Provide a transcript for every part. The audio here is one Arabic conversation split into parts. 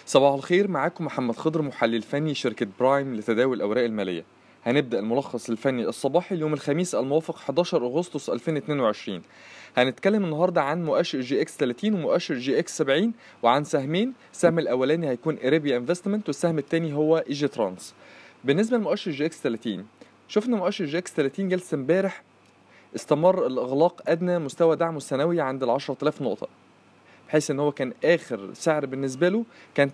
صباح الخير، معاكم محمد خضر، محلل فني شركة برايم لتداول الأوراق المالية. هنبدأ الملخص الفني الصباحي اليوم الخميس الموافق 11 أغسطس 2022. هنتكلم النهاردة عن مؤشر جي اكس 30 ومؤشر جي اكس 70 وعن سهمين. السهم الأولاني هيكون إيريبيا انفستمنت والسهم الثاني هو ايجي ترانس. بالنسبة لمؤشر جي اكس 30، شفنا مؤشر جي اكس 30 جلسة امبارح استمر الإغلاق أدنى مستوى دعمه السنوي عند 10,000 نقطة، بحيث ان هو كان اخر سعر بالنسبه له كان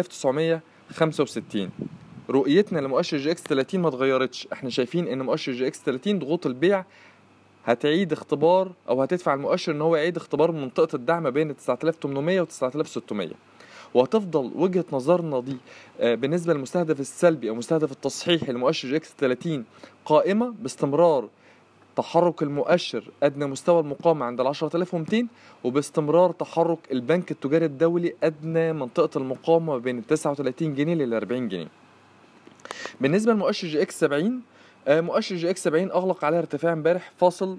9965. رؤيتنا لمؤشر جي اكس 30 ما اتغيرتش، احنا شايفين ان مؤشر جي اكس 30 ضغوط البيع هتعيد اختبار او هتدفع المؤشر ان هو يعيد اختبار منطقه الدعم بين 9800 و 9600، وهتفضل وجهه نظرنا دي بالنسبه للمستهدف السلبي او مستهدف التصحيح لمؤشر جي اكس 30 قائمه باستمرار تحرك المؤشر أدنى مستوى المقاومة عند 10,200، وباستمرار تحرك البنك التجاري الدولي أدنى منطقة المقاومة بين 39 جنيه ل 40 جنيه. بالنسبة لمؤشر جي اكس 70، مؤشر جي اكس 70 أغلق على ارتفاع امبارح فاصل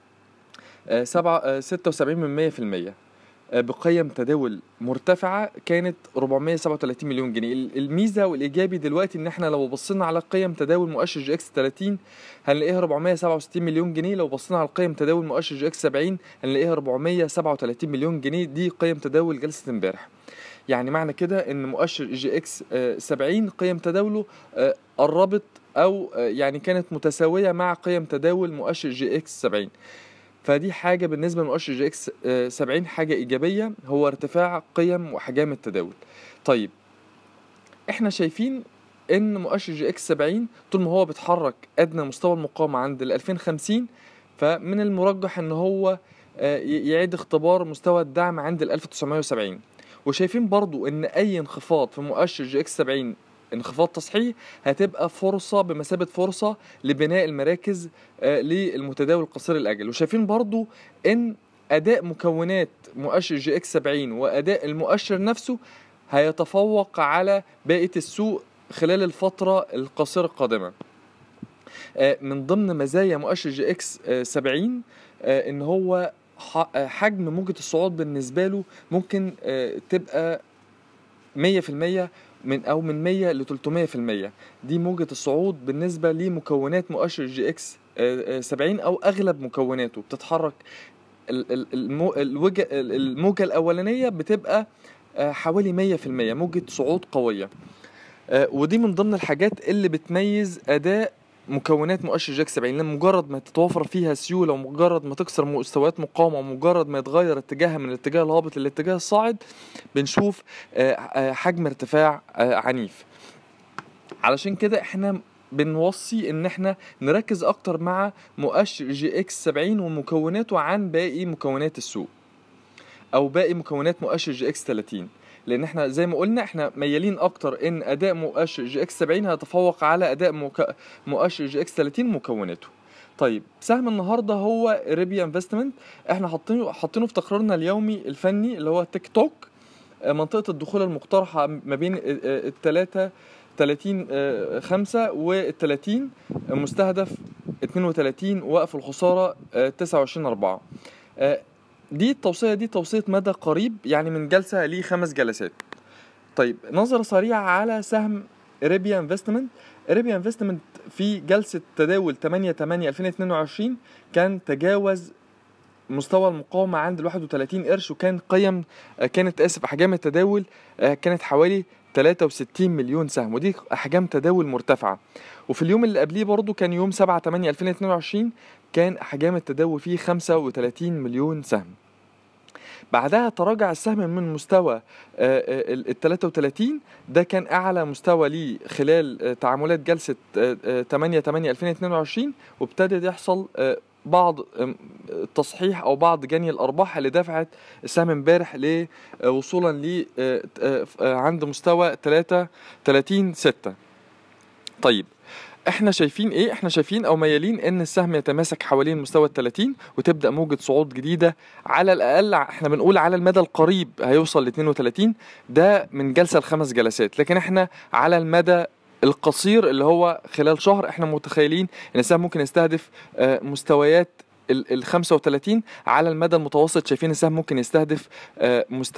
76% بقيم تداول مرتفعة كانت 437 مليون جنيه. الميزة والإيجابي دلوقتي إن احنا لو بصينا على قيم تداول مؤشر جي اكس 30 هنلاقيها 467 مليون جنيه، لو بصينا على قيم تداول مؤشر جي اكس 70 هنلاقيها 437 مليون جنيه. دي قيم تداول جلسة امبارح، يعني معنى كده إن مؤشر جي اكس 70 قيم تداوله قربت أو يعني كانت متساوية مع قيم تداول مؤشر جي اكس 70. فدي حاجة بالنسبة لمؤشر جي اكس 70 حاجة إيجابية، هو ارتفاع قيم وحجام التداول. طيب احنا شايفين ان مؤشر جي اكس 70 طول ما هو بيتحرك أدنى مستوى المقاومة عند 2050، فمن المرجح ان هو يعيد اختبار مستوى الدعم عند 1970. وشايفين برضو ان اي انخفاض في مؤشر جي اكس 70 انخفاض تصحيحي هتبقى فرصة بمثابة فرصة لبناء المراكز للمتداول قصير الأجل. وشايفين برضو ان اداء مكونات مؤشر جي اكس 70 واداء المؤشر نفسه هيتفوق على بقية السوق خلال الفترة القصيرة القادمة. من ضمن مزايا مؤشر جي اكس 70 ان هو حجم موجة الصعود بالنسبة له ممكن تبقى 100% من 100 ل 300%. دي موجة الصعود بالنسبة لمكونات مؤشر جي اكس 70 او اغلب مكوناته بتتحرك. الموجة الاولانية بتبقى حوالي 100% موجة صعود قوية، ودي من ضمن الحاجات اللي بتميز اداء مكونات مؤشر جي اكس 70. لما مجرد ما تتوافر فيها سيوله ومجرد ما تكسر مستويات مقاومه ومجرد ما يتغير اتجاهها من الاتجاه الهابط للاتجاه الصاعد بنشوف حجم ارتفاع عنيف. علشان كده احنا بنوصي ان احنا نركز اكتر مع مؤشر جي اكس 70 ومكوناته عن باقي مكونات السوق او باقي مكونات مؤشر جي اكس 30، لان احنا زي ما قلنا احنا ميالين اكتر ان اداء مؤشر جي اكس 70 هيتفوق على اداء مؤشر جي اكس 30 مكوناته. طيب سهم النهارده هو إيريبيا انفستمنت، احنا حاطينه في تقريرنا اليومي الفني اللي هو تيك توك. منطقة الدخول المقترحة ما بين ال 30/5 وال 30، مستهدف 32، وقف الخسارة 29/4. دي توصية مدى قريب، يعني من جلسة ل5 جلسات. طيب نظرة سريعة على سهم إيريبيا انفستمنت. إيريبيا انفستمنت في جلسة تداول 8/8/2022 كان تجاوز مستوى المقاومة عند 31 قرش، وكان كانت أحجام التداول كانت حوالي 63 مليون سهم، ودي أحجام تداول مرتفعة. وفي اليوم اللي قبليه برضو كان يوم 7/8/2022 كان أحجام التداول فيه 35 مليون سهم. بعدها تراجع السهم من مستوى ال 33، ده كان أعلى مستوى ليه خلال تعاملات جلسة 8/8/2022، وابتدى يحصل بعض التصحيح أو بعض جني الأرباح اللي دفعت السهم امبارح وصولا ل عند مستوى 33.6. طيب احنا شايفين ايه؟ احنا شايفين او ميالين ان السهم يتماسك حوالين مستوى ال30 وتبدأ موجة صعود جديدة. على الاقل احنا بنقول على المدى القريب هيوصل ل 32، ده من جلسة ل5 جلسات، لكن احنا على المدى القصير اللي هو خلال شهر احنا متخيلين ان السهم ممكن يستهدف مستويات ال 35. على المدى المتوسط شايفين السهم ممكن يستهدف مستوى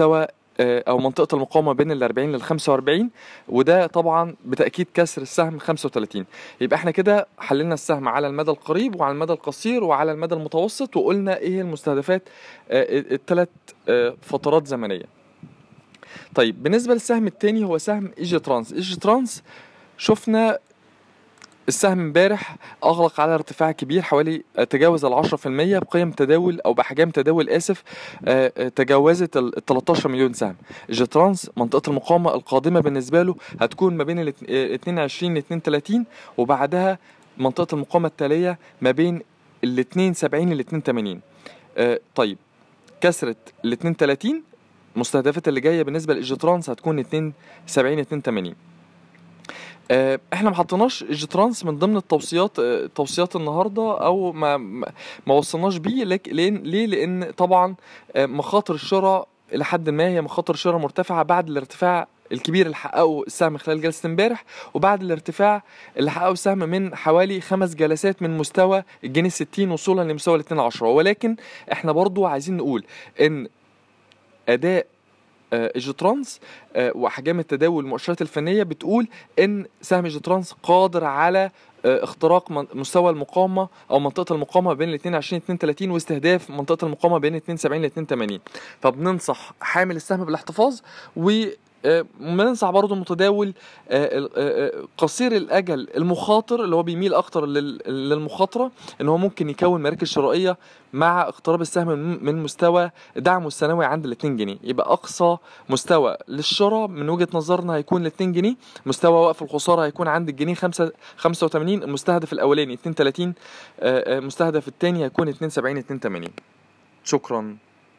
او منطقه المقاومه بين ال 40 لل 45، وده طبعا بتاكيد كسر السهم 35. يبقى احنا كده حللنا السهم على المدى القريب وعلى المدى القصير وعلى المدى المتوسط، وقلنا ايه المستهدفات الثلاث فترات زمنيه. طيب بالنسبه للسهم الثاني هو سهم ايجي ترانس. ايجي ترانس شفنا السهم امبارح اغلق على ارتفاع كبير حوالي تجاوز ال 10% بقيم تداول او باحجام تداول تجاوزت ال 13 مليون سهم. ايجي ترانس منطقه المقاومه القادمه بالنسبه له هتكون ما بين ال 22 ل 32، وبعدها منطقه المقاومه التاليه ما بين ال 72 ل 82. طيب كسرت ال 32 المستهدفات اللي جايه بالنسبه لايجي ترانس هتكون 72 82. احنا ما حطيناش ايجي ترانس من ضمن توصيات النهارده، او ما وصلناش بيه. ليه؟ لان طبعا مخاطر الشراء الى حد ما هي مخاطر شراء مرتفعه بعد الارتفاع الكبير اللي حققه السهم خلال جلسه امبارح، وبعد الارتفاع اللي حققه السهم من حوالي 5 جلسات من مستوى الجنيه 60 وصولا لمستوى ال 2.10. ولكن احنا برضو عايزين نقول ان اداء ايجي ترانس واحجام التداول والمؤشرات الفنيه بتقول ان سهم ايجي ترانس قادر على اختراق مستوى المقاومه او منطقه المقاومه بين ال 22 32 واستهداف منطقه المقاومه بين 72 ل 82. فبننصح حامل السهم بالاحتفاظ، وبننصح برضه المتداول قصير الاجل المخاطر اللي هو بيميل اكتر للمخاطره ان هو ممكن يكون مراكز شرائيه مع اقتراب السهم من مستوى دعمه السنوي عند ال 2 جنيه. يبقى اقصى مستوى للشراء من وجهه نظرنا هيكون ال 2 جنيه، مستوى وقف الخساره هيكون عند الجنيه 85. المستهدف الاولاني 32، المستهدف الثاني هيكون 72 82. شكرا.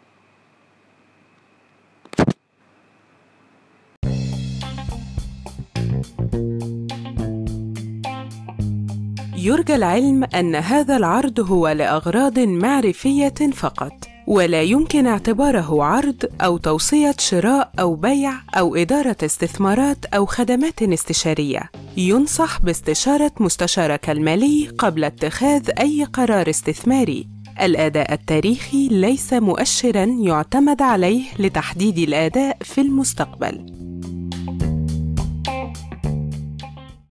يرجى العلم أن هذا العرض هو لأغراض معرفية فقط، ولا يمكن اعتباره عرض أو توصية شراء أو بيع أو إدارة استثمارات أو خدمات استشارية. ينصح باستشارة مستشارك المالي قبل اتخاذ أي قرار استثماري. الأداء التاريخي ليس مؤشراً يعتمد عليه لتحديد الأداء في المستقبل.